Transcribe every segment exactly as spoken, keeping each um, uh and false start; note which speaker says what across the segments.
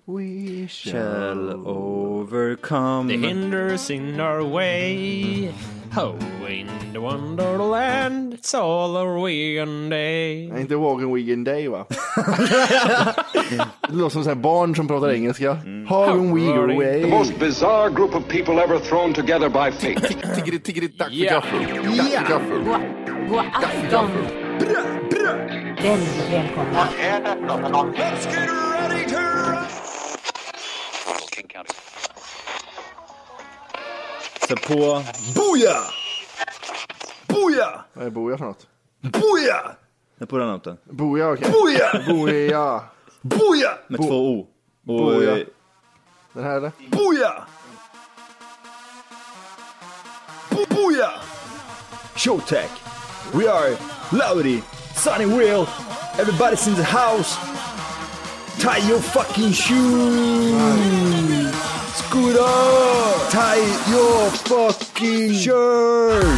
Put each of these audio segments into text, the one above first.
Speaker 1: we shall
Speaker 2: overcome
Speaker 3: the hinders in our way. Oh, in the wonderland, it's all a weekend day.
Speaker 1: Nej, inte Wagon Weekend Day, va? Det låter som så här barn som pratar engelska. Mm. Wagon Weekend Way.
Speaker 4: The most bizarre group of people ever thrown together by fate.
Speaker 1: Tiggeri, tiggeri, tack för
Speaker 3: Yeah.
Speaker 1: gaffel. Tack för gaffel.
Speaker 5: God afton. Väldigt välkomna.
Speaker 4: Let's get ready to
Speaker 2: Så på Boja! Boja!
Speaker 1: Vad är boja för något?
Speaker 2: Boja! Jag på den noten.
Speaker 1: Boja, okej.
Speaker 2: Boja!
Speaker 1: Boja.
Speaker 2: Boja! Med
Speaker 1: Bo-
Speaker 2: två O. Och
Speaker 1: Boja.
Speaker 2: eh,
Speaker 1: Den här eller?
Speaker 2: Boja! Bo- Boja! Showtech. We are Loudy, Sunny Will. Everybody's in the house. Tie your fucking shoes. Scooter. Tie your fucking shirt.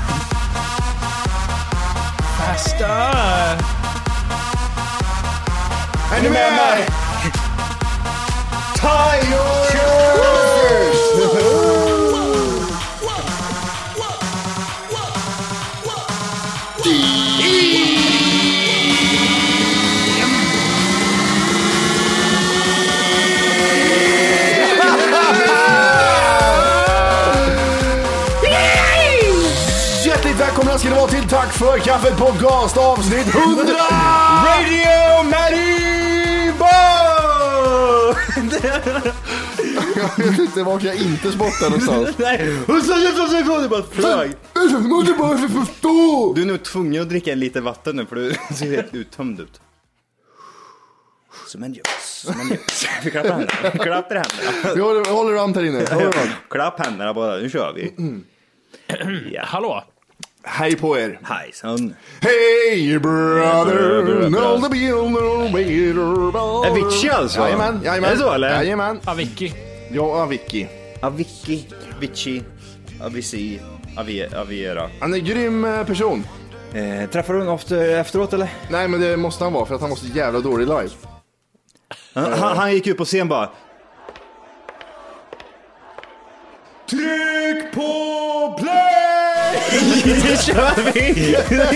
Speaker 3: Faster!
Speaker 1: Är ni med mig?
Speaker 2: Tie your shirt.
Speaker 1: Hjärtligt välkomna ska det vara till Tack för kaffet podcast avsnitt hundra!
Speaker 2: Radio Maribo!
Speaker 1: Jag vet inte, var kan jag inte spotta någonstans?
Speaker 2: Nej, och så jag så ifrån det bara flög.
Speaker 1: Jag måste bara förstå!
Speaker 2: Du är nog tvungen att dricka en liter vatten nu för du ser helt uttömd ut. Som en ljus, som en ljus. Vi klappar händerna, klappar händerna.
Speaker 1: Vi håller, håller ramt här inne. Håller ramt.
Speaker 2: Klapp händerna bara, nu kör vi. Ja.
Speaker 3: Hallå?
Speaker 1: Hej på er.
Speaker 2: Hej son.
Speaker 1: Hey brother, no the bill, no better.
Speaker 2: Är Vici alltså?
Speaker 1: Jajamän, jajamän.
Speaker 2: Är det så eller?
Speaker 1: Jajamän.
Speaker 3: Ja, Vicky.
Speaker 1: Ja, Vicky.
Speaker 2: Avicii, Vici, Avicii, Avi- Aviera.
Speaker 1: Han är en grym eh, person.
Speaker 2: Eh, träffar du honom efter, efteråt eller?
Speaker 1: Nej, men det måste han vara för att han var så jävla dålig live.
Speaker 2: Han, han, han gick ut på scen bara. Tryck på play! Nu kör vi!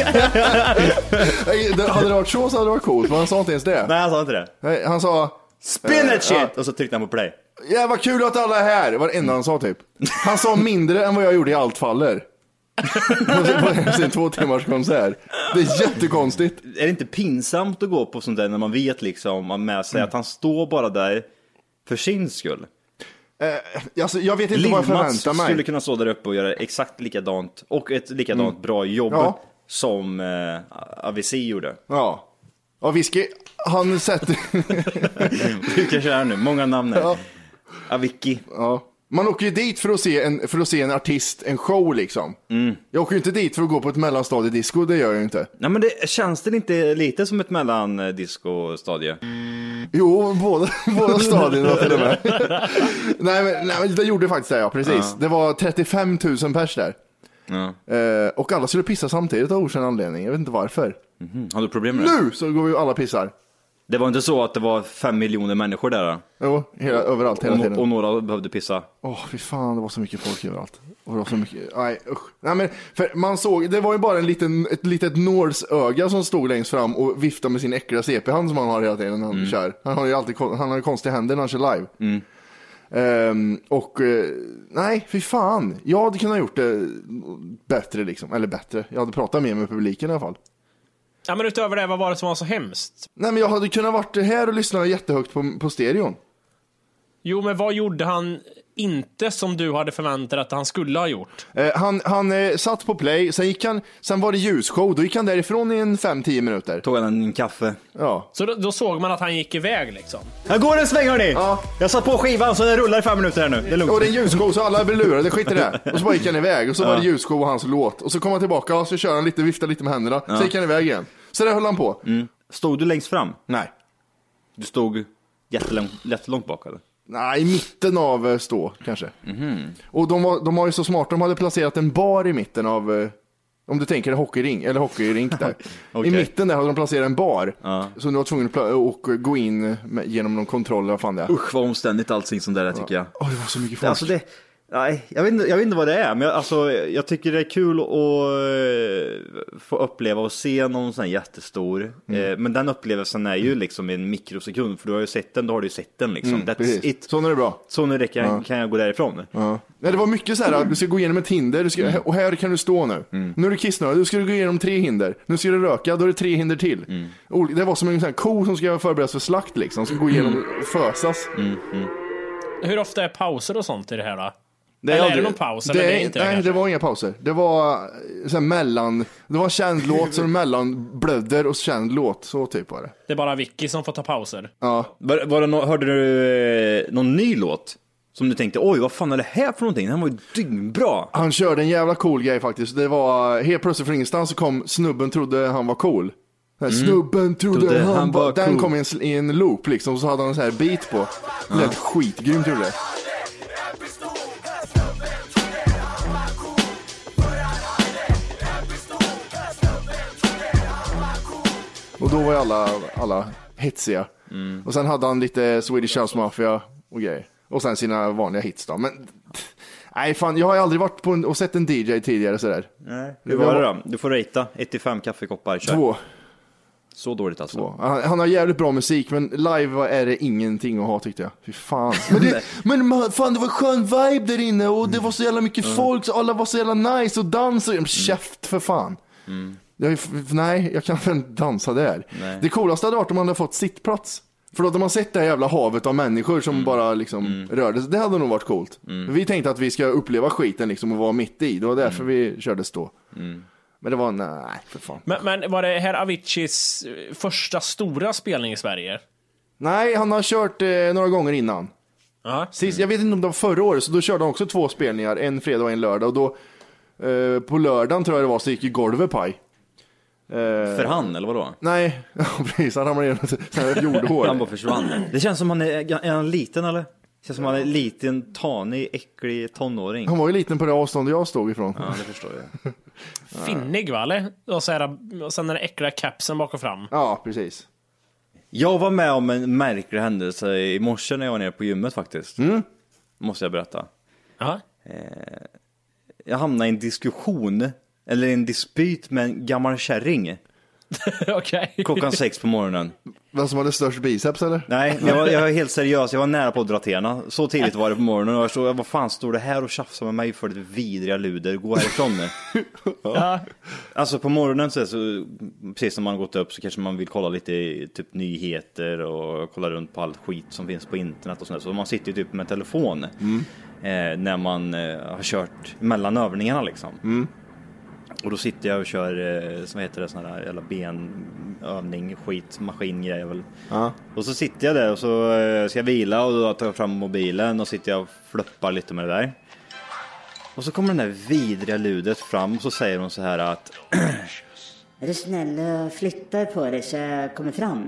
Speaker 1: Nej, det- Hade det varit så så hade det varit coolt, men han sa inte ens det.
Speaker 2: Nej, han sa inte det.
Speaker 1: Nej, han sa,
Speaker 2: Spin that shit!
Speaker 1: ja.
Speaker 2: Och så tryckte han på play.
Speaker 1: ja vad kul att alla är här. Det var det enda han sa typ. Han sa mindre än vad jag gjorde i Allt faller. På sin två timmars konsert. Det är jättekonstigt.
Speaker 2: Är det inte pinsamt att gå på sånt där när man vet liksom man med sig att han står bara där för sin skull?
Speaker 1: Eh, alltså, jag vet inte vad jag
Speaker 2: Lill-Mats
Speaker 1: förväntar mig.
Speaker 2: skulle kunna stå där uppe och göra exakt likadant och ett likadant bra jobb
Speaker 1: Ja.
Speaker 2: som eh, Avicii gjorde.
Speaker 1: Ja. Och Whisky, han sätter...
Speaker 2: Du kan köra nu, många namn här.
Speaker 1: Ja.
Speaker 2: Avicii.
Speaker 1: Ja. Man åker ju dit för att se en, för att se en artist, en show liksom. Mm. Jag åker ju inte dit för att gå på ett mellanstadiedisco, det gör jag ju inte.
Speaker 2: Nej, men det känns det inte lite som ett mellandisco-stadie?
Speaker 1: Jo, båda, båda stadierna till och med. nej, men, nej, men det gjorde faktiskt det, ja, precis.
Speaker 2: Ja.
Speaker 1: Det var trettiofem tusen pers där.
Speaker 2: Ja.
Speaker 1: Eh, och alla skulle pissa samtidigt av okänd anledning. Jag vet inte varför.
Speaker 2: Mm. Har du problem med det?
Speaker 1: Nu så går vi alla pissar.
Speaker 2: Det var inte så att det var fem miljoner människor där då?
Speaker 1: Jo, hela, överallt, hela
Speaker 2: Och,
Speaker 1: tiden.
Speaker 2: och några behövde pissa.
Speaker 1: Åh, oh, fy fan, det var så mycket folk överallt. Och det var så mycket, nej usch. Nej, men, för man såg, det var ju bara en liten, ett litet Nords-öga som stod längst fram och viftade med sin äckliga C P-hand som han har hela tiden när han mm. kör. Han har ju alltid, han har ju konstiga händer när han kör live.
Speaker 2: Mm.
Speaker 1: Um, och uh, nej, fy fan. Jag hade kunnat gjort det bättre liksom, eller bättre. Jag hade pratat mer med publiken i alla fall.
Speaker 3: Ja, men utöver det, vad var det som var så hemskt?
Speaker 1: Nej, men jag hade kunnat varit här och lyssna jättehögt på, på stereon.
Speaker 3: Jo, men vad gjorde han inte som du hade förväntat att han skulle ha gjort?
Speaker 1: Eh, han han eh, satt på play, sen, gick han, sen var det ljusshow, då gick han därifrån i en fem till tio minuter.
Speaker 2: Tog han en kaffe.
Speaker 1: Ja.
Speaker 3: Så då, då såg man att han gick iväg liksom.
Speaker 2: Jag går en sväng hörni!
Speaker 1: Ja.
Speaker 2: Jag satt på skivan så den rullar i fem minuter här nu. Det är lugnt.
Speaker 1: Och det är en ljusshow så alla blir lurade, skit i det. Och så bara gick han iväg, och så var det ljusshow och hans låt. Och så kom han tillbaka och så kör han lite, viftar lite med händerna. Så gick han iväg igen. Så där höll han på.
Speaker 2: Mm. Stod du längst fram?
Speaker 1: Nej.
Speaker 2: Du stod jättelångt, jättelångt bak eller?
Speaker 1: Nej, i mitten av eh, stå kanske.
Speaker 2: Mm-hmm.
Speaker 1: Och de var, de var ju så smarta, de hade placerat en bar i mitten av, eh, Om du tänker en hockeyring, eller hockeyrink där.
Speaker 2: Okay.
Speaker 1: I mitten där hade de placerat en bar.
Speaker 2: Ja.
Speaker 1: Så du var tvungen att pl- och gå in med, genom någon kontroll. Vad fan det är.
Speaker 2: Usch vad omständigt allting sånt där tycker jag.
Speaker 1: Åh, det var så mycket folk.
Speaker 2: Alltså det, nej, jag vet, inte, jag vet inte vad det är, men jag, alltså, jag tycker det är kul att uh, få uppleva och se någon sån här jättestor. Mm. Uh, men den upplevelsen är ju liksom en mikrosekund, för du har ju sett den, då har du ju sett den liksom.
Speaker 1: Mm,
Speaker 2: That's
Speaker 1: precis.
Speaker 2: it.
Speaker 1: Så nu är det bra.
Speaker 2: Så nu räcker,
Speaker 1: Ja.
Speaker 2: kan jag gå därifrån.
Speaker 1: Ja. Ja, det var mycket så här att du ska gå igenom ett hinder, du ska, mm. och här kan du stå nu. Mm. Nu är du kissnödig, du ska gå igenom tre hinder. Nu ska du röka, då är det tre hinder till. Mm. Det var som en sån här ko som ska förberedas för slakt liksom, ska gå igenom och fösas.
Speaker 2: Mm. Mm.
Speaker 3: Hur ofta är pauser och sånt i det här då?
Speaker 1: Det
Speaker 3: eller
Speaker 1: aldrig,
Speaker 3: är det någon paus?
Speaker 1: Det,
Speaker 3: eller det är inte
Speaker 1: nej,
Speaker 3: det,
Speaker 1: det var inga pauser. Det var så här mellan, det var en känd låt som mellan blöder och känd låt, så typ var det.
Speaker 3: Det är bara Vicky som får ta pauser.
Speaker 1: Ja.
Speaker 2: Var, var det no, hörde du eh, någon ny låt som du tänkte, oj vad fan är det här för någonting? Den var ju dyngbra.
Speaker 1: Han körde en jävla cool grej faktiskt. Det var helt plötsligt från ingenstans så kom snubben trodde han var cool. Mm. Snubben trodde, trodde han, han var Den cool. kom i en, i en loop liksom, så hade han en sån här beat på. Det lät skitgrymt gjorde det. Och då var ju alla, alla hetsiga. Mm. Och sen hade han lite Swedish House Mafia och grejer. Och sen sina vanliga hits då. Men nej fan, jag har aldrig varit på en, och sett en D J tidigare sådär.
Speaker 2: Nej, hur var det då? Du får ratea ett till fem kaffekoppar. Kör.
Speaker 1: Två.
Speaker 2: Så dåligt alltså.
Speaker 1: Två. Han, han har jävligt bra musik, men live är det ingenting att ha tyckte jag. Fy fan. Men, det, men fan, det var skön vibe där inne och det var så jävla mycket mm. folk så alla var så jävla nice och dansade. Mm. Käft för fan. Mm. Jag, nej, jag kan inte dansa där. Nej. Det coolaste hade varit om man hade fått sittplats. För då hade man sett det här jävla havet av människor som mm. bara liksom mm. rörde sig. Det hade nog varit coolt. Mm. Vi tänkte att vi ska uppleva skiten liksom och vara mitt i. Det var därför mm. vi körde stå. Mm. Men det var, nej, för fan.
Speaker 3: Men, men var det här Aviciis första stora spelning i Sverige?
Speaker 1: Nej, han har kört eh, några gånger innan.
Speaker 3: Uh-huh.
Speaker 1: Sist, jag vet inte om det var förra året, så då körde han också två spelningar. En fredag och en lördag. Och då, eh, på lördagen tror jag det var, så gick ju golvet paj.
Speaker 2: För han, eller vadå?
Speaker 1: Nej, precis, han ramlade igenom ett jordhål.
Speaker 2: Han bara försvann. Det känns som han är, är han liten eller? Det känns som han är en liten, tanig, äcklig tonåring.
Speaker 1: Han var ju liten på det avstånd jag stod ifrån.
Speaker 2: Ja, det förstår jag.
Speaker 3: Finnig va, eller? Och, så här, och sen den äckliga kapsen bak och fram.
Speaker 1: Ja, precis.
Speaker 2: Jag var med om en märklig händelse i morse när jag var nere på gymmet faktiskt. Mm. Måste jag berätta.
Speaker 3: Ja.
Speaker 2: Eh, jag hamnade i en diskussion, eller en dispyt med en gammal kärring.
Speaker 3: Okej.
Speaker 2: Klockan sex på morgonen.
Speaker 1: Vem som hade störst biceps eller?
Speaker 2: Nej, jag var, jag var helt seriös. Jag var nära på att dra tena. Så tidigt var det på morgonen. Och jag stod, vad fan står det här och tjafsar med mig för det vidriga luder? Gå härifrån nu.
Speaker 3: Ja.
Speaker 2: Alltså på morgonen så, så precis som man gått upp så kanske man vill kolla lite typ nyheter och kolla runt på allt skit som finns på internet och sånt. Så man sitter ju typ med telefon mm. eh, när man eh, har kört mellan övningarna liksom. Mm. Och då sitter jag och kör, eh, som heter det, sån här jävla benövning, skit, maskingrejer väl. Ja. Och så sitter jag där och så eh, ska jag vila och då tar jag fram mobilen och sitter jag och fluppar lite med det där. Och så kommer den där vidriga ludet fram och så säger hon så här att
Speaker 6: är du snäll och flyttar på dig så jag kommer fram?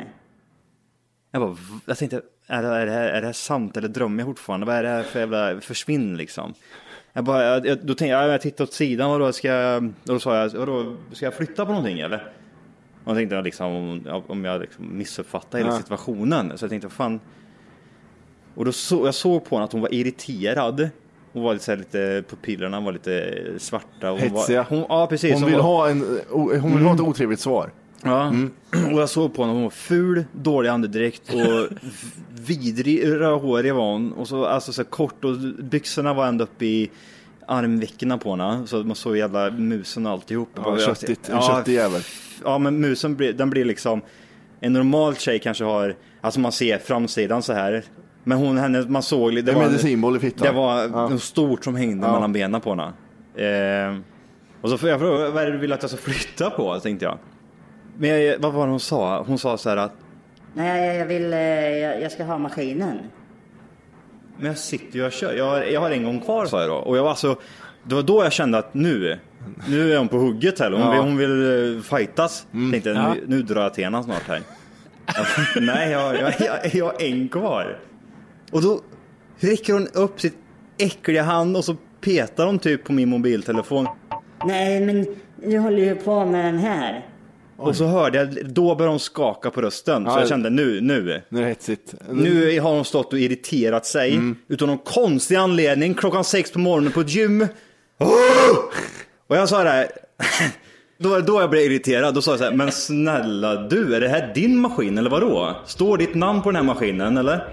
Speaker 2: Jag bara, jag tänkte, är det, är det, här, är det här sant eller drömmer jag fortfarande? Vad är det här för jävla försvinn liksom? Jag bara, jag, då tänkte jag, jag tittar åt sidan och då ska jag, då sa jag, vadå, ska jag flytta på någonting eller? Och jag tänkte liksom, om, om jag liksom missuppfattade hela ja. situationen. Så jag tänkte, fan. Och då så, jag såg på henne att hon var irriterad. Hon var lite, så här, lite pupillerna var lite svarta. Och hon
Speaker 1: hetsiga.
Speaker 2: Var, hon, ja, precis.
Speaker 1: Hon, hon vill,
Speaker 2: var,
Speaker 1: ha, en, hon vill mm. ha ett otrevligt svar.
Speaker 2: Ja, mm. Och jag såg på henne, hon var ful, dålig andedräkt och vidrig, rödhårig var hon. Och så, alltså, så kort och byxorna var ända upp i armveckorna på henne. Så man såg jävla musen och alltihop.
Speaker 1: Ja, köttigt, en köttig jävel.
Speaker 2: Ja, men musen den blir liksom, en normal tjej kanske har, alltså man ser framsidan så här. Men hon, henne, man såg det,
Speaker 1: det var medicinboll i fittan.
Speaker 2: Det var ja. en stort som hängde ja. mellan benen på henne. Eh, och så får jag fråga, vad är det du vill att jag ska flytta på, tänkte jag. Men jag, vad var det hon sa? Hon sa så här att
Speaker 6: nej, jag, jag vill, jag, jag ska ha maskinen.
Speaker 2: Men jag sitter ju och kör. Jag har, jag har en gång kvar, sa jag då. Och jag var alltså, det var då jag kände att nu, nu är hon på hugget här. Hon, ja. vill, hon vill fightas. Mm. Tänkte, ja. nu, nu drar jag till henne snart här. Jag, nej, jag, jag, jag, jag har en kvar. Och då räcker hon upp sitt äckliga hand och så petar hon typ på min mobiltelefon.
Speaker 6: Nej, men du håller ju på med den här.
Speaker 2: Och så hörde jag, då började hon skaka på rösten. Så
Speaker 1: Ja,
Speaker 2: jag kände, nu, nu.
Speaker 1: Nu är det hetsigt.
Speaker 2: Nu har hon stått och irriterat sig. Mm. Utan någon konstig anledning. Klockan sex på morgonen på ett gym. Oh! Och jag sa det här. Då, då jag blev irriterad. Då sa jag så här, men snälla du, är det här din maskin eller vadå? Står ditt namn på den här maskinen eller?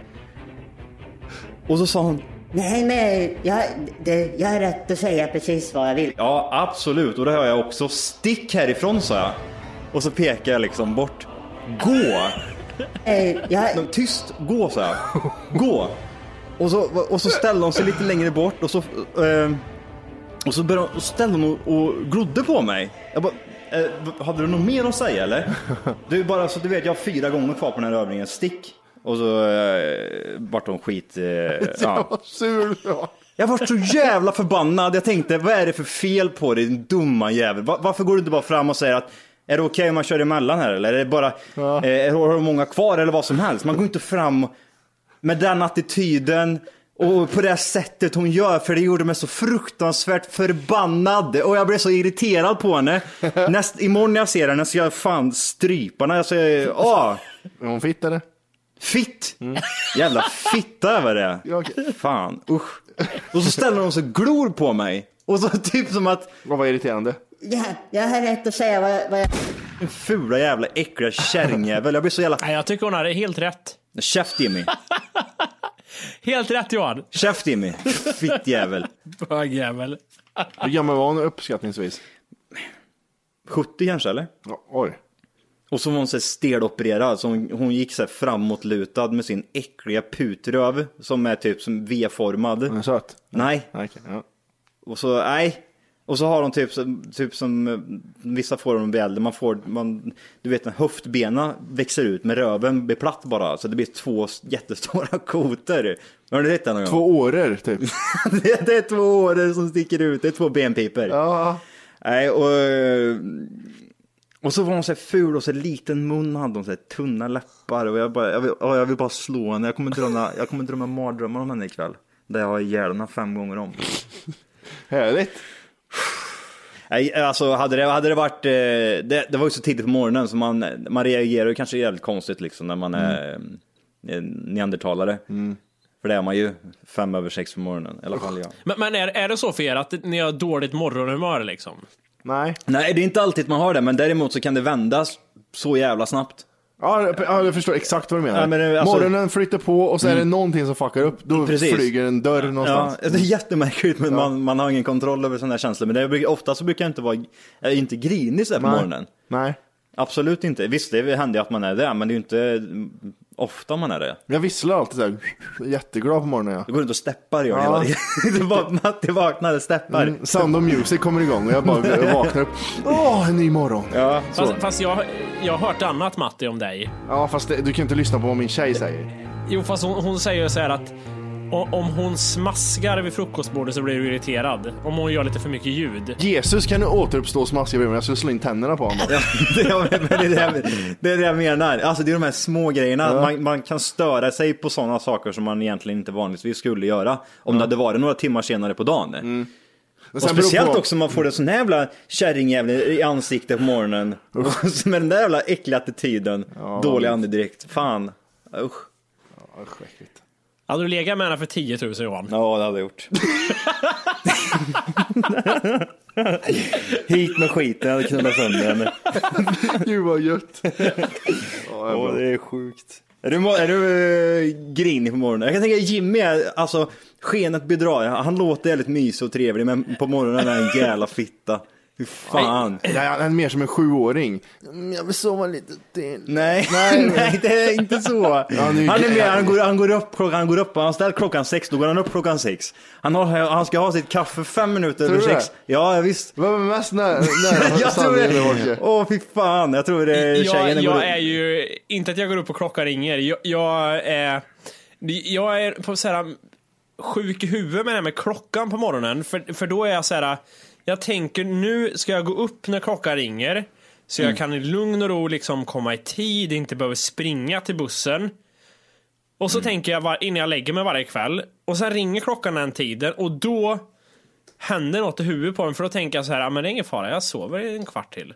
Speaker 2: Och så sa hon,
Speaker 6: Nej, men jag, det, jag har rätt att säga precis vad jag vill.
Speaker 2: ja, absolut. Och det har jag också. Stick härifrån, sa jag. Och så pekar jag liksom bort. Gå!
Speaker 6: Eh, jag,
Speaker 2: Tyst, gå, sa jag. Gå! Och så, och så ställde hon sig lite längre bort. Och så, eh, och så började hon, ställde hon och, och glodde på mig. Jag bara, eh, hade du något mer att säga eller? Det är bara så du vet, jag har fyra gånger kvar på den här övningen. Stick! Och så eh, vart hon skit. Eh, ja.
Speaker 1: Jag var sur. Ja.
Speaker 2: Jag var så jävla förbannad. Jag tänkte, vad är det för fel på dig, din dumma jävel? Var, varför går du inte bara fram och säger att är det okej okay om man kör emellan här? Eller är det bara,
Speaker 1: ja.
Speaker 2: eh, har du många kvar eller vad som helst? Man går inte fram med den attityden och på det sättet hon gör. För det gjorde mig så fruktansvärt förbannad. Och jag blev så irriterad på henne. Näst, imorgon när jag ser henne så jag fan strypa när jag säger, åh.
Speaker 1: Är hon fitt eller?
Speaker 2: Fitt! Mm. Jävla fitta över det.
Speaker 1: Ja, okay.
Speaker 2: Fan, usch. Och så ställer hon så glor på mig. Och så typ som att...
Speaker 1: Vad var irriterande?
Speaker 6: ja, jag har rätt att säga vad, vad jag...
Speaker 2: En fula jävla äckliga kärringjävel. Jag blir så jävla...
Speaker 3: Nej, jag tycker hon hade helt rätt.
Speaker 2: Käft Jimmy.
Speaker 3: Helt rätt, Johan.
Speaker 2: Käft Jimmy. Fittjävel.
Speaker 3: Bögjävel.
Speaker 1: Hur gammal var hon uppskattningsvis?
Speaker 2: sjuttio kanske, eller?
Speaker 1: Ja, oj.
Speaker 2: Och så var hon så stelopererad. Så hon, hon gick så här framåtlutad med sin äckliga putröv. Som är typ som V-formad.
Speaker 1: Hon är söt?
Speaker 2: Nej.
Speaker 1: Okay, ja.
Speaker 2: Och så, nej. Och så har de typ, typ som vissa får de blir äldre. Man får, man, du vet, när höftbena växer ut med röven blir platt bara. Så det blir två jättestora koter. Har du sett det någon gång?
Speaker 1: Två årer typ.
Speaker 2: det, det är två årer som sticker ut. Det är två benpiper.
Speaker 1: Ja.
Speaker 2: Nej, och... Och så var hon så här ful och så liten mun, hade hon så här tunna läppar. Och jag, bara, jag, vill, jag vill bara slå henne. Jag kommer drömma, jag kommer drömma mardrömmar om henne ikväll. Där jag har ihjäl henne fem gånger om.
Speaker 1: Härligt.
Speaker 2: Nej, alltså hade det, hade det varit det, det var ju så tidigt på morgonen så man, man reagerar ju kanske jävligt konstigt liksom när man är mm. neandertalare. Mm. För det är man ju fem över sex på morgonen i alla fall, ja.
Speaker 3: Men, men är, är det så för er att ni har dåligt morgonhumör liksom?
Speaker 1: Nej.
Speaker 2: Nej, det är inte alltid man har det, men däremot så kan det vändas så jävla snabbt.
Speaker 1: Ja, jag förstår exakt vad du menar.
Speaker 2: Ja, men det, alltså... Morgonen
Speaker 1: flyttar på och så är det mm. någonting som fuckar upp. Då Precis. flyger en dörr någonstans.
Speaker 2: Ja, det är jättemärkligt, men ja. man, man har ingen kontroll över sådana här känslor. Men det brukar, ofta så brukar jag inte vara jag är inte grinig så här på
Speaker 1: Nej.
Speaker 2: morgonen.
Speaker 1: Nej.
Speaker 2: Absolut inte. Visst, det händer ju att man är det, men det är ju inte ofta man är det.
Speaker 1: Jag visslar alltid så här, jätteglad på morgonen. Ja.
Speaker 2: Det går runt och steppar gör
Speaker 1: ja.
Speaker 2: det vaknar, det vaknar och steppar.
Speaker 1: Mm, Sound of Music kommer igång och jag bara jag vaknar upp. Åh, en ny morgon.
Speaker 3: Ja, fast, fast jag, jag har hört annat, Matti, om dig.
Speaker 1: Ja, fast det, du kan inte lyssna på vad min tjej säger.
Speaker 3: Jo, fast hon, hon säger så här att om hon smaskar vid frukostbordet så blir du irriterad. Om hon gör lite för mycket ljud. Jesus, kan du återuppstå och smaska vid mig? Jag skulle slå in tänderna på honom.
Speaker 2: Ja, det, är det, det är det jag menar. Alltså det är de här små grejerna. Ja. Man, man kan störa sig på sådana saker som man egentligen inte vanligtvis skulle göra. Om ja. det hade varit några timmar senare på dagen. Mm. Och speciellt på... också om man får det sån här jävla kärringjävla i ansiktet på morgonen. Usch. Med den där jävla äckliga attityden. Ja, dålig andedräkt. Fan. Usch.
Speaker 1: Ja, usch, äckligt.
Speaker 3: Hade du legat med henne för tio tusen, Johan?
Speaker 2: Ja, det hade jag gjort. Hit med skiten, jag hade knullat sönder henne.
Speaker 1: Gud vad gött.
Speaker 2: Åh, oh, det är sjukt. Är du, är du uh, grinig på morgonen? Jag kan tänka Jimmy är, alltså, skenet bedrar. Han låter väldigt mysig och trevlig, men på morgonen är han en jävla fitta. Hur fan?
Speaker 1: Nej, han är mer som en sjuåring. Jag vill sova lite till.
Speaker 2: Nej, nej, nej, det är inte så. Ja, han är mer, han går, han går upp klockan, han går upp, han ställer klockan sex, då går han upp klockan sex. Han, har, han ska ha sitt kaffe fem minuter över sex. Ja, visst.
Speaker 1: Vad är mest nära? nära
Speaker 2: jag tror det. Åh, fy fan. Jag tror det är
Speaker 3: jag, jag är ju, inte att jag går upp och klockan ringer. Jag, jag är, jag är på så här sjuk i huvudet med det här med klockan på morgonen. För, för då är jag så här... Jag tänker, nu ska jag gå upp när klockan ringer. Så mm. jag kan i lugn och ro liksom komma i tid. Inte behöver springa till bussen. Och så mm. tänker jag var, innan jag lägger mig varje kväll. Och sen ringer klockan den tiden. Och då händer något i huvudet på mig, för då tänker jag så här, ah, men det är ingen fara, jag sover en kvart till.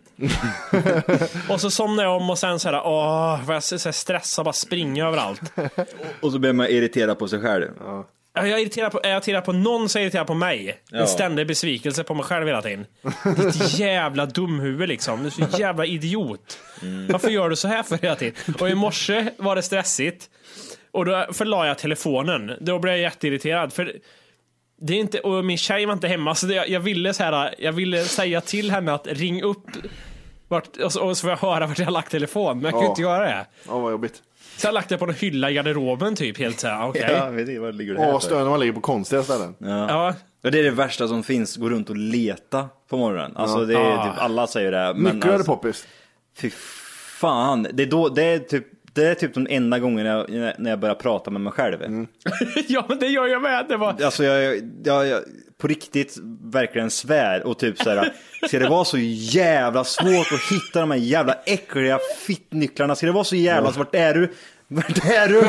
Speaker 3: Och så somnar jag om och sen så här, åh, vad jag så här stressar, bara springa överallt.
Speaker 2: Och så blir man irriterad på sig själv.
Speaker 3: Ja. Jag är irriterad på, är jag irriterad på någon så är jag irriterad på mig. Ja. En ständig besvikelse på mig själv hela tiden. Ditt jävla dumhuvud liksom. Du är så jävla idiot. Mm. Varför gör du så här för hela tiden? Och i morse var det stressigt. Och då förlade jag telefonen. Då blev jag jätteirriterad. För det är inte, och min tjej var inte hemma. Så det, jag, ville så här, jag ville säga till henne att ring upp vart, och, så, och så får jag höra vart jag har lagt telefon. Men jag kunde
Speaker 1: ja.
Speaker 3: inte göra det.
Speaker 1: Ja, vad jobbigt.
Speaker 3: Så jag lagt det på en hylla i garderoben typ, helt så här, okej. Okay.
Speaker 2: Ja, vet inte vad det ligger det här.
Speaker 1: Åh, stör när man ligger på konstiga ställen.
Speaker 2: Ja.
Speaker 3: Ja.
Speaker 2: Och det är det värsta som finns, gå runt och leta på morgonen. Alltså
Speaker 1: Ja.
Speaker 2: det är
Speaker 3: Ah.
Speaker 2: typ, alla säger det. Men
Speaker 1: Mycket är det
Speaker 2: alltså,
Speaker 1: poppis.
Speaker 2: fy fan, det är, då, det är typ det är typ de enda gångerna jag, när jag börjar prata med mig själv. Mm.
Speaker 3: Ja, men det gör jag med. Det var...
Speaker 2: Alltså jag, jag, jag på riktigt verkligen svär och typ så här, ska det vara så jävla svårt att hitta de här jävla äckliga fittnycklarna? Ska det vara så jävla svårt? Vart är du? Vart är du?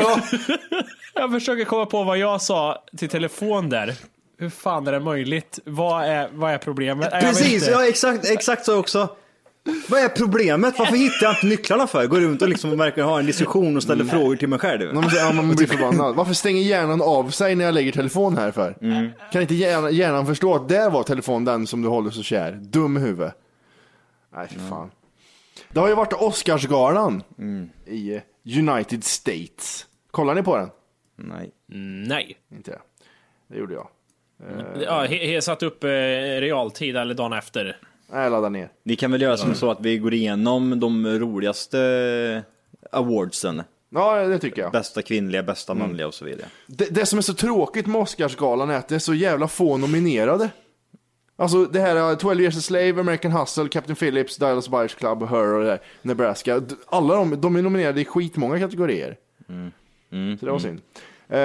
Speaker 3: Jag försöker komma på vad jag sa till telefon där. Hur fan är det möjligt? Vad är, vad är problemet? Nej,
Speaker 2: Precis, ja exakt, exakt så också. Vad är problemet? Varför hittar jag inte nycklarna för? Går runt och liksom verkligen har en diskussion och ställer mm. frågor till mig själv.
Speaker 1: Man, ja, man blir förbannad. Varför stänger hjärnan av sig när jag lägger telefon här för? Mm. Kan inte hjärnan, hjärnan förstå att det var telefon den som du håller så kär? Dum huvud. Nej, för fan. Mm. Det har ju varit Oscarsgalan mm. i United States. Kollar ni på den?
Speaker 2: Nej.
Speaker 3: Nej.
Speaker 1: Inte det. Det gjorde jag.
Speaker 3: Uh... Ja, jag satt upp eh, realtid eller dagen efter.
Speaker 1: Nej, ladda ner.
Speaker 2: Vi kan väl göra som så att vi går igenom de roligaste awardsen.
Speaker 1: Ja, det tycker jag.
Speaker 2: Bästa kvinnliga, bästa manliga och så vidare.
Speaker 1: Det, det som är så tråkigt med Oscarsgalan är att det är så jävla få nominerade. Alltså det här twelve years a slave, American Hustle, Captain Phillips, Dallas Buyers Club, Her och det där, Nebraska. Alla de, de är nominerade i skitmånga kategorier. Mm. Mm. Så det var synd. Uh,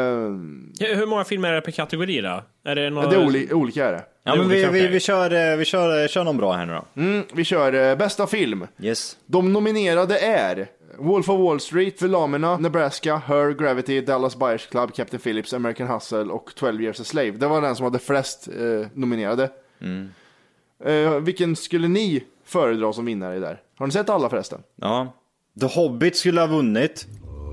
Speaker 3: ja, hur många filmer är det per kategori då? Är det, några...
Speaker 1: det är oli- olika är det.
Speaker 2: Ja, men vi, vi, vi, kör, vi kör, kör någon bra här nu då.
Speaker 1: Mm, vi kör uh, bästa film.
Speaker 2: Yes.
Speaker 1: De nominerade är Wolf of Wall Street, Philomena, Nebraska, Her, Gravity, Dallas Buyers Club, Captain Phillips, American Hustle och twelve years a slave. Det var den som hade flest uh, nominerade. Mm. Uh, vilken skulle ni föredra som vinnare där? Har ni sett alla förresten?
Speaker 2: Ja. The Hobbit skulle ha vunnit.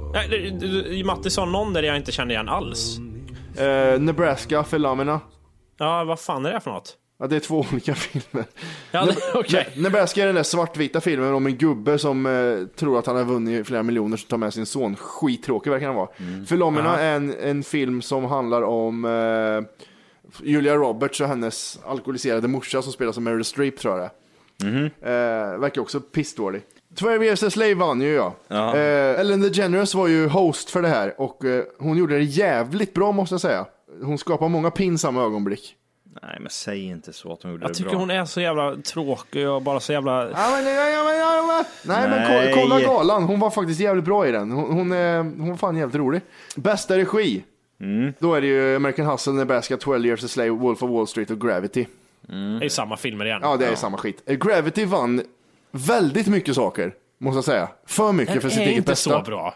Speaker 3: Nej, Matte sa någon där jag inte kände igen alls.
Speaker 1: Uh, Nebraska, Philomena.
Speaker 3: Ja, vad fan är det för något?
Speaker 1: Ja, det är två olika filmer.
Speaker 3: Ja, okej. Okay.
Speaker 1: Ne- Nebraska är den där svartvita filmen om en gubbe som uh, tror att han har vunnit flera miljoner som tar med sin son. Skittråkig verkar han vara. Mm. Philomena uh-huh. är en, en film som handlar om uh, Julia Roberts och hennes alkoholiserade morsa som spelar som Meryl Streep, tror jag det. Mm-hmm. Uh, verkar också pissdålig. twelve years a slave vann ju jag. Uh, Ellen DeGeneres var ju host för det här och uh, hon gjorde det jävligt bra, måste jag säga. Hon skapar många pinsamma ögonblick.
Speaker 2: Nej, men säg inte så att hon gjorde
Speaker 3: jag
Speaker 2: det
Speaker 3: bra. Jag
Speaker 2: bra.
Speaker 3: tycker hon är så jävla tråkig och bara så jävla...
Speaker 1: Ja, men, ja, ja, ja, ja. Nej, Nej, men kolla galan. Hon var faktiskt jävligt bra i den. Hon, hon, är, hon var fan jävligt rolig. Bästa regi. Mm. Då är det ju American Hustle, Nebraska, twelve years a slave, Wolf of Wall Street och Gravity.
Speaker 3: Mm. Det är samma filmer igen.
Speaker 1: Ja, det är ja. samma skit. Gravity vann väldigt mycket saker, måste jag säga. För mycket den för sitt eget bästa.
Speaker 3: Den är inte så bra.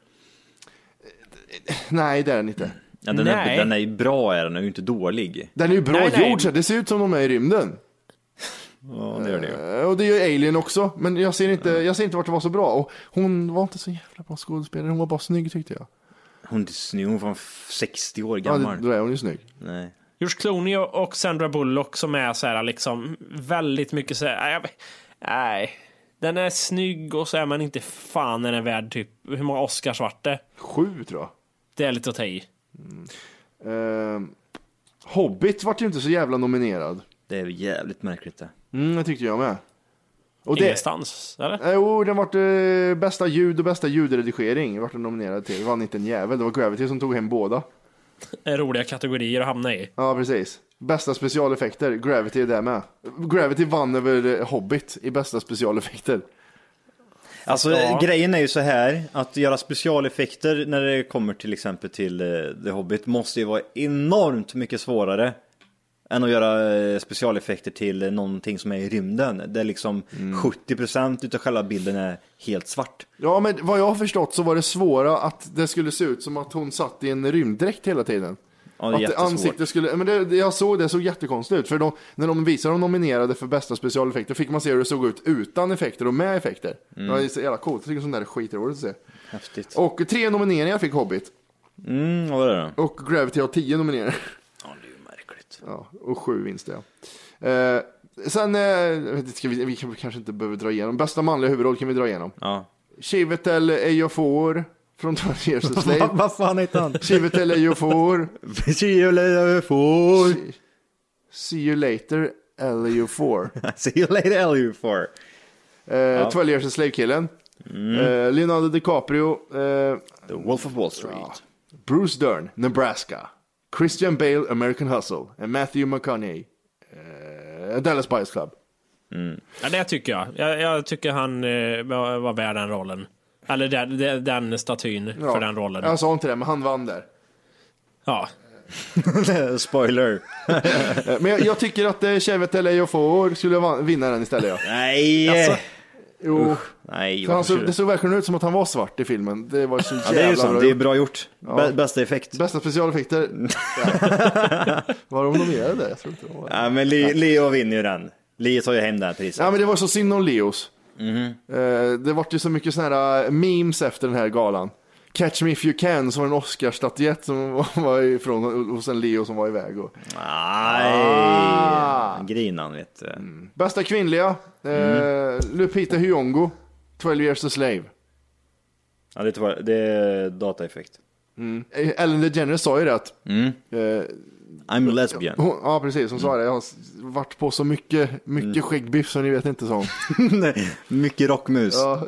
Speaker 1: Nej, det är den inte.
Speaker 2: Ja, den, är, den är ju bra, är den är ju inte dålig.
Speaker 1: Den är ju bra nej, nej. gjord, så det ser ut som de är i rymden.
Speaker 2: Ja, det gör det ju.
Speaker 1: Och det gör Alien också. Men jag ser inte, jag ser inte vart det var så bra. Och hon var inte så jävla bra skådespelare. Hon var bara snygg, tyckte jag.
Speaker 2: Hon är snygg, hon var sextio år gammal.
Speaker 1: Ja, då är hon ju snygg.
Speaker 2: Nej.
Speaker 3: George Clooney och Sandra Bullock som är så här liksom väldigt mycket så här, nej, den är snygg och så är man inte fan den är värd typ, hur många Oscars vart det?
Speaker 1: Sju, tror jag.
Speaker 3: Det är lite att ta i.
Speaker 1: Mm. Uh, Hobbit vart ju inte så jävla nominerad.
Speaker 2: Det är jävligt märkligt det.
Speaker 1: Mm, det tyckte jag med.
Speaker 3: Och Ingenstans, det, eller?
Speaker 1: Jo, den vart uh, bästa ljud och bästa ljudredigering vart den nominerad till. Det var inte en jävel, det var Gravity som tog hem båda.
Speaker 3: Roliga kategorier att hamna i.
Speaker 1: Ja, precis. Bästa specialeffekter, Gravity är där med. Gravity vann över Hobbit i bästa specialeffekter.
Speaker 2: Alltså ja. Grejen är ju så här, att göra specialeffekter när det kommer till exempel till uh, The Hobbit måste ju vara enormt mycket svårare än att göra uh, specialeffekter till uh, någonting som är i rymden. Där liksom mm. sjuttio procent utav själva bilden är helt svart.
Speaker 1: Ja, men vad jag har förstått så var det svåra att det skulle se ut som att hon satt i en rymddräkt hela tiden.
Speaker 2: Ja, det är
Speaker 1: att
Speaker 2: jättesvårt.
Speaker 1: ansiktet skulle, men det, jag såg det såg jättekonstigt ut. För de, när de visade de nominerade för bästa specialeffekter fick man se hur det såg ut utan effekter och med effekter. Mm. Det var så jävla coolt. Jag tycker sånt där är skitroligt att se.
Speaker 2: Häftigt.
Speaker 1: Och tre nomineringar fick Hobbit.
Speaker 2: Mm, vad var det då?
Speaker 1: Och Gravity har tio nomineringar.
Speaker 2: Ja, det är ju märkligt.
Speaker 1: Ja, och sju vinster, ja. Eh, sen, eh, jag vet inte, ska vi, vi kanske inte behöver dra igenom. Bästa manliga huvudroll kan vi dra igenom.
Speaker 2: Ja.
Speaker 1: Chiwetel Ejiofor från twelve Years a Slave.
Speaker 2: Vad fan heter han?
Speaker 1: Chiwetel Ejiofor.
Speaker 2: See you later,
Speaker 1: See you later, Ejiofor.
Speaker 2: See you later, Ejiofor.
Speaker 1: Eh, ja. twelve Years a Slave-killen. Mm. Eh, Leonardo DiCaprio. Eh,
Speaker 2: The Wolf of Wall Street.
Speaker 1: Ja. Bruce Dern, Nebraska. Christian Bale, American Hustle. And Matthew McConaughey, eh, Dallas Buyers Club.
Speaker 3: Mm. Ja, det tycker jag. Jag, jag tycker han eh, var, var värd den rollen. Eller den, den, den statyn
Speaker 1: ja.
Speaker 3: för den rollen.
Speaker 1: Jag sa inte det, men han vann där.
Speaker 3: Ja.
Speaker 2: Spoiler.
Speaker 1: Men jag, jag tycker att eh, Chiwetel Ejiofor skulle van, vinna den istället. Ja.
Speaker 2: Nej.
Speaker 1: Alltså, jo.
Speaker 2: Usch, nej.
Speaker 1: För han så, det såg verkligen ut som att han var svart i filmen. Det var så jävla
Speaker 2: ja, det är ju sant.
Speaker 1: bra.
Speaker 2: Det är bra gjort.
Speaker 1: Ja.
Speaker 2: Bästa effekt.
Speaker 1: Bästa specialeffekter. Ja. Var de nominerade? Jag tror inte de var.
Speaker 2: Ja, men Le- Leo vinner ju den. Leo tar ju hem det här priset.
Speaker 1: Ja, men det var så synd om Leos.
Speaker 2: Mm-hmm.
Speaker 1: Eh, det var ju så mycket såna här memes efter den här galan. Catch Me If You Can, som var en Oscar-statyett som var ifrån hos en Leo som var iväg. Och...
Speaker 2: Nej,
Speaker 1: ah.
Speaker 2: grinan vet du.
Speaker 1: Mm. Bästa kvinnliga, eh,
Speaker 2: Mm.
Speaker 1: Lupita Nyong'o, twelve Years a Slave.
Speaker 2: Ja, det är, det är dataeffekt.
Speaker 1: Mm. Ellen DeGeneres sa ju det att
Speaker 2: Mm.
Speaker 1: eh,
Speaker 2: I'm a lesbian.
Speaker 1: Hon, ja, precis. Hon sa det. Jag har varit på så mycket, mycket mm. skäggbiff så ni vet inte så.
Speaker 2: Mycket rockmus.
Speaker 1: Ja.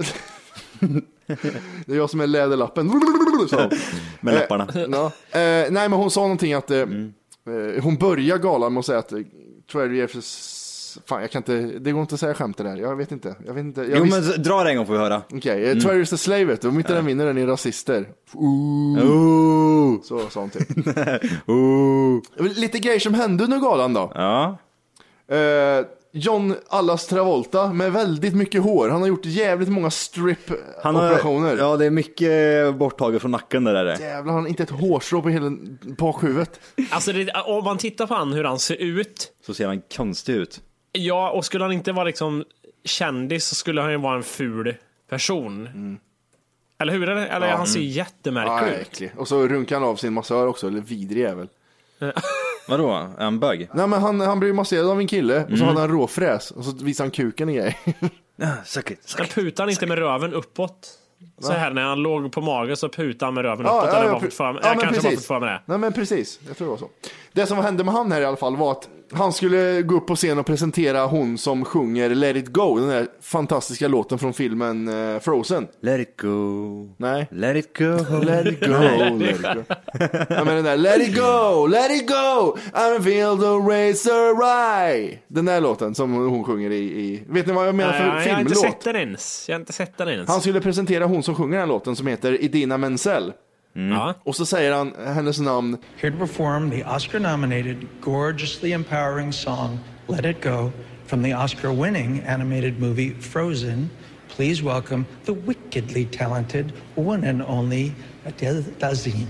Speaker 1: Det är jag som är läderlappen. Så.
Speaker 2: Med läpparna.
Speaker 1: Eh, ja. eh, nej, men hon sa någonting att eh, mm. eh, hon börjar galan med att säga att twelve years... Fan, jag kan inte... Det går inte att säga skämt det där. Jag vet inte. Jag vet inte. Jag
Speaker 2: jo,
Speaker 1: visst...
Speaker 2: men dra det en gång får vi höra.
Speaker 1: Okej, okay. mm. twelve years a slave, vet du. Om inte ja. den vinner, den är rasister.
Speaker 2: Ooh. Ooh.
Speaker 1: Så sa hon typ.
Speaker 2: Ooh.
Speaker 1: Lite grejer som hände under galan då.
Speaker 2: Ja.
Speaker 1: Eh, John Allas Travolta med väldigt mycket hår. Han har gjort jävligt många strip-operationer.
Speaker 2: Ja, det är mycket borttaget från nacken där. Där.
Speaker 1: Jävlar, han har inte ett hårstrå på hela bakhuvudet.
Speaker 3: Alltså, det, om man tittar på han, hur han ser ut.
Speaker 2: Så ser han konstig ut.
Speaker 3: Ja, och skulle han inte vara liksom kändis så skulle han ju vara en ful person. Mm. Eller hur? Eller ja, han ser jättemärklig
Speaker 1: ja,
Speaker 3: ut.
Speaker 1: Äcklig. Och så runkar han av sin massör också, eller vidrig jävel.
Speaker 2: Vadå? Är han bög?
Speaker 1: Nej, men han, han blir masserad av en kille mm. och så hade han råfräs och så visar han kuken i grej.
Speaker 2: Ja, suck it, suck
Speaker 3: han
Speaker 2: it,
Speaker 3: putar inte med röven uppåt. Så här när han låg på magen så putade han med röven
Speaker 1: ja,
Speaker 3: uppåt.
Speaker 1: Ja,
Speaker 3: eller
Speaker 1: ja,
Speaker 3: var fortfarande,
Speaker 1: ja,
Speaker 3: jag kanske
Speaker 1: precis.
Speaker 3: var fortfarande med det.
Speaker 1: Nej, men precis. Jag tror det var så. Det som hände med han här i alla fall var att han skulle gå upp på scen och presentera hon som sjunger Let It Go, den där fantastiska låten från filmen uh, Frozen.
Speaker 2: Let it go.
Speaker 1: Nej.
Speaker 2: Let it go.
Speaker 1: Let it go. Let it go. Ja, men den där Let it go, let it go. I feel the razor right. Den där låten som hon sjunger i, i... Vet ni vad jag menar för
Speaker 3: Nej,
Speaker 1: filmlåt?
Speaker 3: Jag har inte sett den ens. Jag har inte sett den ens.
Speaker 1: Han skulle presentera hon som sjunger den låten som heter Idina Menzel.
Speaker 3: Mm. Ja.
Speaker 1: Och så säger han hennes namn.
Speaker 7: Here to perform the Oscar-nominated, gorgeously empowering song Let It Go from the Oscar-winning animated movie Frozen. Please welcome the wickedly talented one and only Adele Dazeem.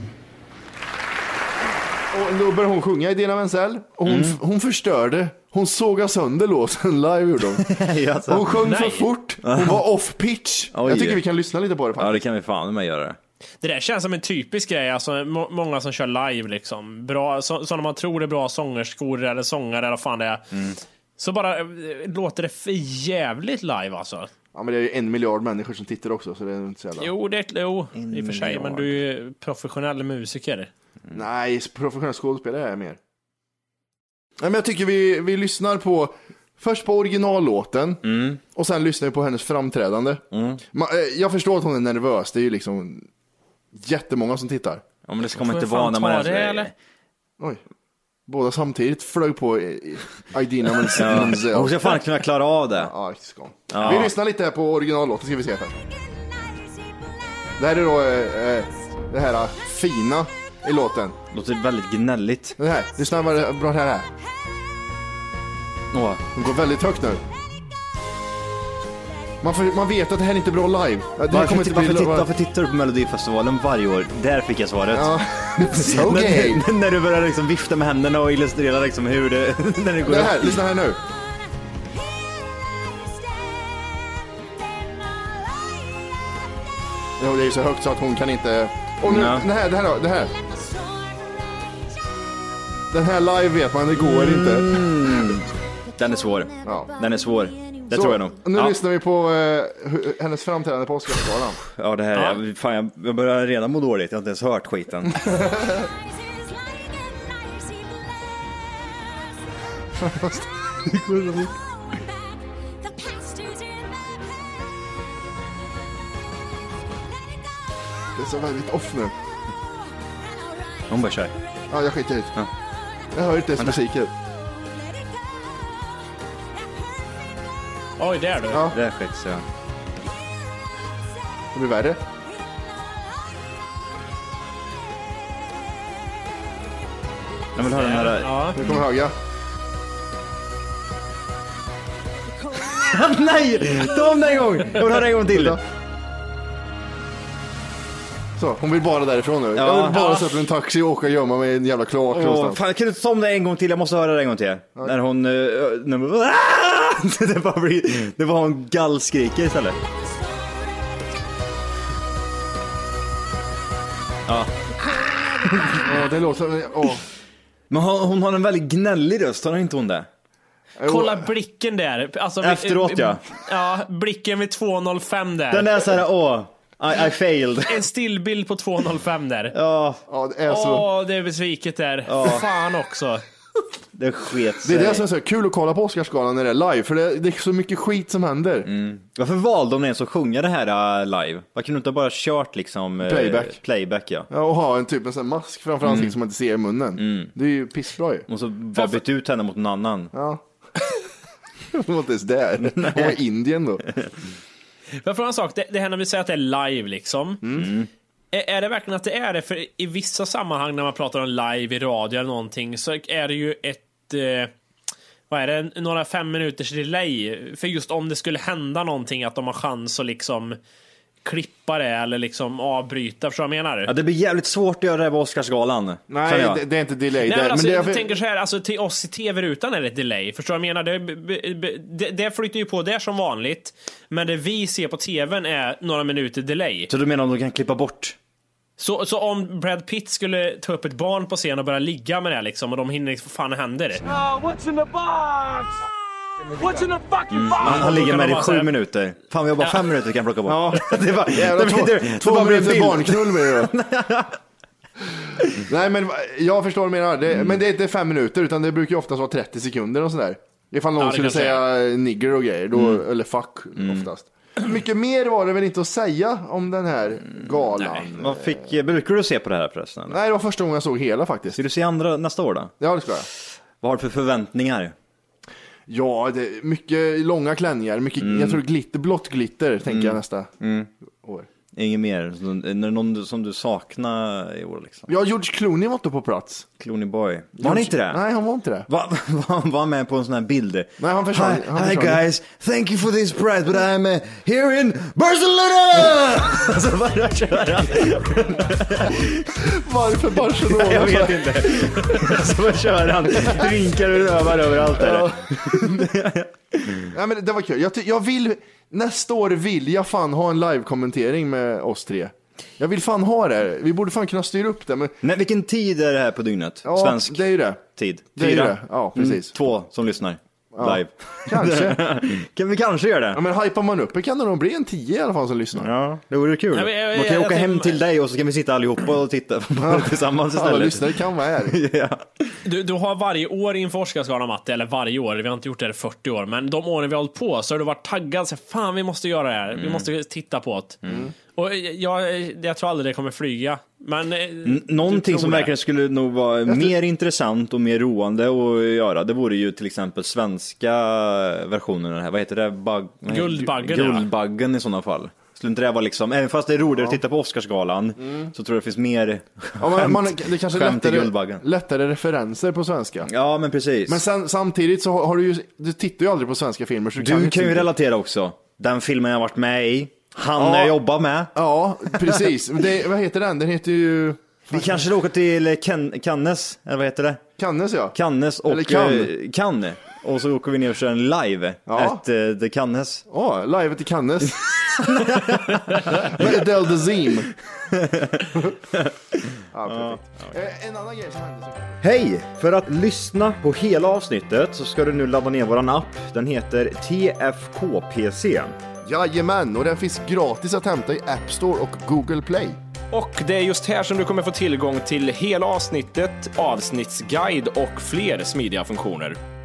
Speaker 1: Och då började hon sjunga Idina Menzel. Och hon, mm. hon förstörde. Hon sågade sönder låten live gjorde hon.
Speaker 2: Alltså,
Speaker 1: hon sjöng
Speaker 3: nej.
Speaker 1: för fort. Hon var off pitch.
Speaker 2: Oj.
Speaker 1: Jag tycker vi kan lyssna lite på det faktiskt.
Speaker 2: Ja, det kan vi fan med göra.
Speaker 3: Det där känns som en typisk grej, alltså må- många som kör live liksom. Bra, så, sådana man tror är bra sångerskor eller sångare eller vad fan det är. Mm. Så bara äh, låter det för jävligt live alltså.
Speaker 1: Ja, men det är ju en miljard människor som tittar också, så det är inte så jävla...
Speaker 3: Jo, det är jo,
Speaker 2: en
Speaker 3: i och för sig,
Speaker 2: miljard.
Speaker 3: Men du är ju professionell musiker.
Speaker 1: Mm. Nej, professionell skådespelare är jag mer. Nej, men jag tycker vi, vi lyssnar på först på originallåten mm. och sen lyssnar vi på hennes framträdande. Mm. Man, jag förstår att hon är nervös, det är ju liksom jättemånga som tittar.
Speaker 2: Ja, men det ska man inte vara när man är...
Speaker 3: Det, eller?
Speaker 1: Oj. Båda samtidigt flög på Idina Menzel.
Speaker 2: Ja. Hon ska fan kunna klara av det.
Speaker 1: Ja, ska. Ja. Vi lyssnar lite här på originallåten, ska vi se först. Det här är då eh, det här fina i låten.
Speaker 2: Låter väldigt gnälligt.
Speaker 1: Det här, lyssna vad bra det här är.
Speaker 2: Åh.
Speaker 1: Hon går väldigt högt nu. Man, får, man vet att det här är inte bra live. Det
Speaker 2: Varför,
Speaker 1: kommer inte
Speaker 2: varför,
Speaker 1: bli...
Speaker 2: titta, varför tittar du på Melodifestivalen varje år? Där fick jag svaret.
Speaker 1: Ja, so gay.
Speaker 2: när, när du börjar liksom vifta med händerna och illustrera liksom hur det, när det går.
Speaker 1: Det här, lyssna här nu. Jo, det är ju så högt så att hon kan inte... Och nu,
Speaker 2: Ja.
Speaker 1: det här, det här då, det här. Den här live vet man, det går inte.
Speaker 2: Den är svår.
Speaker 1: Ja.
Speaker 2: Den är svår. Det
Speaker 1: Så,
Speaker 2: tror jag nog.
Speaker 1: Nu
Speaker 2: Ja.
Speaker 1: lyssnar vi på eh, hu- hennes framträdande på Oscarsgalan.
Speaker 2: Ja, det här är... Fan, jag, jag börjar redan må dåligt. Jag har inte ens hört skiten.
Speaker 1: Det är så väldigt off nu.
Speaker 2: Hon bara kör.
Speaker 1: Ja, jag skiter i det.
Speaker 2: Ja.
Speaker 1: Jag hör inte ens musiken.
Speaker 3: Oj, där du.
Speaker 1: Ja.
Speaker 2: Det är skit, så.
Speaker 1: Det blir värre.
Speaker 2: Jag vill höra den här...
Speaker 3: Ja.
Speaker 1: Nu kommer höga.
Speaker 2: Nej! Ta om den en gång! Jag vill höra en gång till.
Speaker 1: Vänta. Så, hon vill bara därifrån nu.
Speaker 2: Ja.
Speaker 1: Jag vill bara
Speaker 3: Ja.
Speaker 1: sätta en taxi och åka och gömma mig i en jävla kloak
Speaker 2: Åh,
Speaker 1: någonstans.
Speaker 2: fan, kan du ta om det en gång till? Jag måste höra det en gång till. När hon... Uh, när, det, bara blir, det var hon gallskriker istället. Ja.
Speaker 1: Ja, det låter... Åh.
Speaker 2: Men hon, hon har en väldigt gnällig röst, har inte hon det?
Speaker 3: Kolla blicken där. Alltså,
Speaker 2: Efteråt, ja.
Speaker 3: Ja, blicken vid två noll fem där.
Speaker 2: Den är såhär, åh, I, I failed.
Speaker 3: En stillbild på två noll fem där.
Speaker 2: Ja,
Speaker 1: Ja, det är så...
Speaker 3: Åh, det är besviket där. Fan också.
Speaker 2: det sket
Speaker 1: Det är
Speaker 2: sig.
Speaker 1: det som är så kul att kolla på Oscarsgalan när det är live, för det, det är så mycket skit som händer.
Speaker 2: Mm. Varför valde de ens att sjunga det här uh, live? Varför kunde de inte bara kört liksom... Uh,
Speaker 1: Playback.
Speaker 2: Playback, ja.
Speaker 1: Ja, och ha en typ en sån här mask framför ansiktet som man inte ser i munnen. Det är ju pissbra ju.
Speaker 2: Och så bara bytt ut henne mot en annan.
Speaker 1: Ja. Hon var inte ens där. Hon var i Indien då.
Speaker 3: Jag får en sak, det, det här när vi säger att det är live liksom.
Speaker 2: Mm.
Speaker 3: Är, är det verkligen att det är det? För i vissa sammanhang när man pratar om live i radio eller någonting så är det ju ett... Eh, vad är det? Några fem minuters delay. För just om det skulle hända någonting att de har chans att liksom klippa det eller liksom avbryta. Förstår du vad jag menar?
Speaker 2: Ja, det blir jävligt svårt att göra det på Oscarsgalan. känner
Speaker 1: Nej,
Speaker 2: jag.
Speaker 1: det, det är inte delay.
Speaker 3: Nej,
Speaker 1: det,
Speaker 3: men alltså,
Speaker 1: det är
Speaker 3: jag
Speaker 1: för...
Speaker 3: tänker så här, alltså, till oss i tv-rutan är det ett delay. Förstår du vad jag menar? Det, det, det flyttar ju på där som vanligt. Men det vi ser på tvn är några minuter delay.
Speaker 2: Så du menar om de kan klippa bort?
Speaker 3: Så, så om Brad Pitt skulle ta upp ett barn på scen och börja ligga med det liksom, och de hinner liksom, vad fan händer?
Speaker 8: Oh, what's in the box? What's in the fucking box?
Speaker 2: Han, han ligger
Speaker 3: kan
Speaker 2: med
Speaker 3: de
Speaker 2: i
Speaker 3: bara
Speaker 2: sju
Speaker 3: säga-
Speaker 2: minuter. Fan, vi har bara fem minuter kan plocka bort.
Speaker 1: Ja.
Speaker 2: det var,
Speaker 1: Jävlar,
Speaker 2: det,
Speaker 1: två,
Speaker 2: det, det,
Speaker 1: två
Speaker 2: bara blir en
Speaker 1: minuter
Speaker 2: bild.
Speaker 1: barnknull med det då. Nej, men jag förstår vad du menar. Det, Men det är inte fem minuter, utan det brukar ju oftast vara trettio sekunder och sådär. Ifall någon
Speaker 3: Ja, det
Speaker 1: skulle
Speaker 3: kanske
Speaker 1: säga nigger och grejer, då, eller fuck oftast. Mycket mer var det väl inte att säga om den här galan. Nej,
Speaker 2: Vad fick, brukar du se på det här förresten? eller?
Speaker 1: det var första gången jag såg hela faktiskt.
Speaker 2: Ska du se andra nästa år då?
Speaker 1: Ja, det ska jag.
Speaker 2: Vad har du för förväntningar?
Speaker 1: Ja, det är mycket långa klänningar, mycket, jag tror glitter, blått glitter tänker jag nästa år.
Speaker 2: Inget mer? Är det någon som du saknar i år liksom?
Speaker 1: Ja, George Clooney var inte på plats.
Speaker 2: Clooney Boy. Var han inte det?
Speaker 1: Nej, han var inte det.
Speaker 2: Va, var han var med på en sån här bild?
Speaker 1: Nej, han försvann.
Speaker 2: Hi,
Speaker 1: Han
Speaker 2: hi
Speaker 1: försvann.
Speaker 2: guys, thank you for this prize, but I'm uh, here in Barcelona! Så bara kör han.
Speaker 1: Varför Barcelona?
Speaker 2: Jag vet inte. Så bara kör han. Drinkar och rövar överallt. Där.
Speaker 1: Nej, men det var kul. Jag, ty- jag vill, nästa år vill jag fan ha en live-kommentering med oss tre. Jag vill fan ha det. Vi borde fan kunna styra upp det. Men,
Speaker 2: Nej, vilken tid är det här på dygnet?
Speaker 1: ja,
Speaker 2: Svensk
Speaker 1: det är ju det.
Speaker 2: tid.
Speaker 1: Det är ju
Speaker 2: Fyra?
Speaker 1: det. Ja, precis.
Speaker 2: Mm, två som lyssnar. Live.
Speaker 1: Kanske.
Speaker 2: Kan vi kanske göra det?
Speaker 1: Ja, men hypar man upp det kan det nog bli en tio i alla fall som lyssnar.
Speaker 2: Ja, det vore kul.
Speaker 3: Ja, men jag-
Speaker 2: Man kan ju
Speaker 3: jag-
Speaker 2: åka
Speaker 3: jag-
Speaker 2: hem till dig och så kan vi sitta allihopa och titta på det tillsammans
Speaker 1: Alla
Speaker 2: istället.
Speaker 1: lyssnare kan vara här.
Speaker 2: Ja.
Speaker 3: Du, du har varje år inför Oscarsgalan, Matte, eller varje år, vi har inte gjort det i fyrtio år, men de åren vi har hållit på så har du varit taggad, så fan vi måste göra det här, vi måste titta på det. Och jag, jag tror aldrig det kommer flyga. Men,
Speaker 2: N- Någonting som verkligen skulle nog vara mer intressant och mer roande att göra, det vore ju till exempel svenska versionen av det här. Vad heter det? Bug...
Speaker 3: Guldbaggen,
Speaker 2: Guldbaggen i sådana fall. Skulle inte det vara liksom, även fast det är roligare att titta på Oscarsgalan, så tror jag det finns mer
Speaker 1: Ja, man, man, det kanske är
Speaker 2: skämt i
Speaker 1: lättare,
Speaker 2: Guldbaggen.
Speaker 1: lättare referenser på svenska.
Speaker 2: Ja, men precis.
Speaker 1: Men sen, samtidigt så har du ju, du tittar ju aldrig på svenska filmer. Så
Speaker 2: du
Speaker 1: kan
Speaker 2: kan,
Speaker 1: inte-
Speaker 2: ju relatera också. Den filmen jag har varit med i. Han
Speaker 1: Ja.
Speaker 2: jag jobbar med.
Speaker 1: Ja, precis. Det, vad heter den? Den heter ju...
Speaker 2: Vi kanske ska åka till Ken, Cannes, eller vad heter det?
Speaker 1: Cannes, ja.
Speaker 2: Cannes och
Speaker 1: Eller Cannes.
Speaker 2: eh, Cannes. Och så åker vi ner och kör en live
Speaker 1: Ja.
Speaker 2: at uh, the Cannes.
Speaker 1: Ja, oh, live till Cannes. Med Adele Dazeem. Ja, perfekt. Eh, En annan grej som hände så...
Speaker 2: Hej! För att lyssna på hela avsnittet så ska du nu ladda ner våran app. Den heter T F K P C.
Speaker 1: Jajamän, och den finns gratis att hämta i App Store och Google Play.
Speaker 3: Och det är just här som du kommer få tillgång till hela avsnittet, avsnittsguide och fler smidiga funktioner.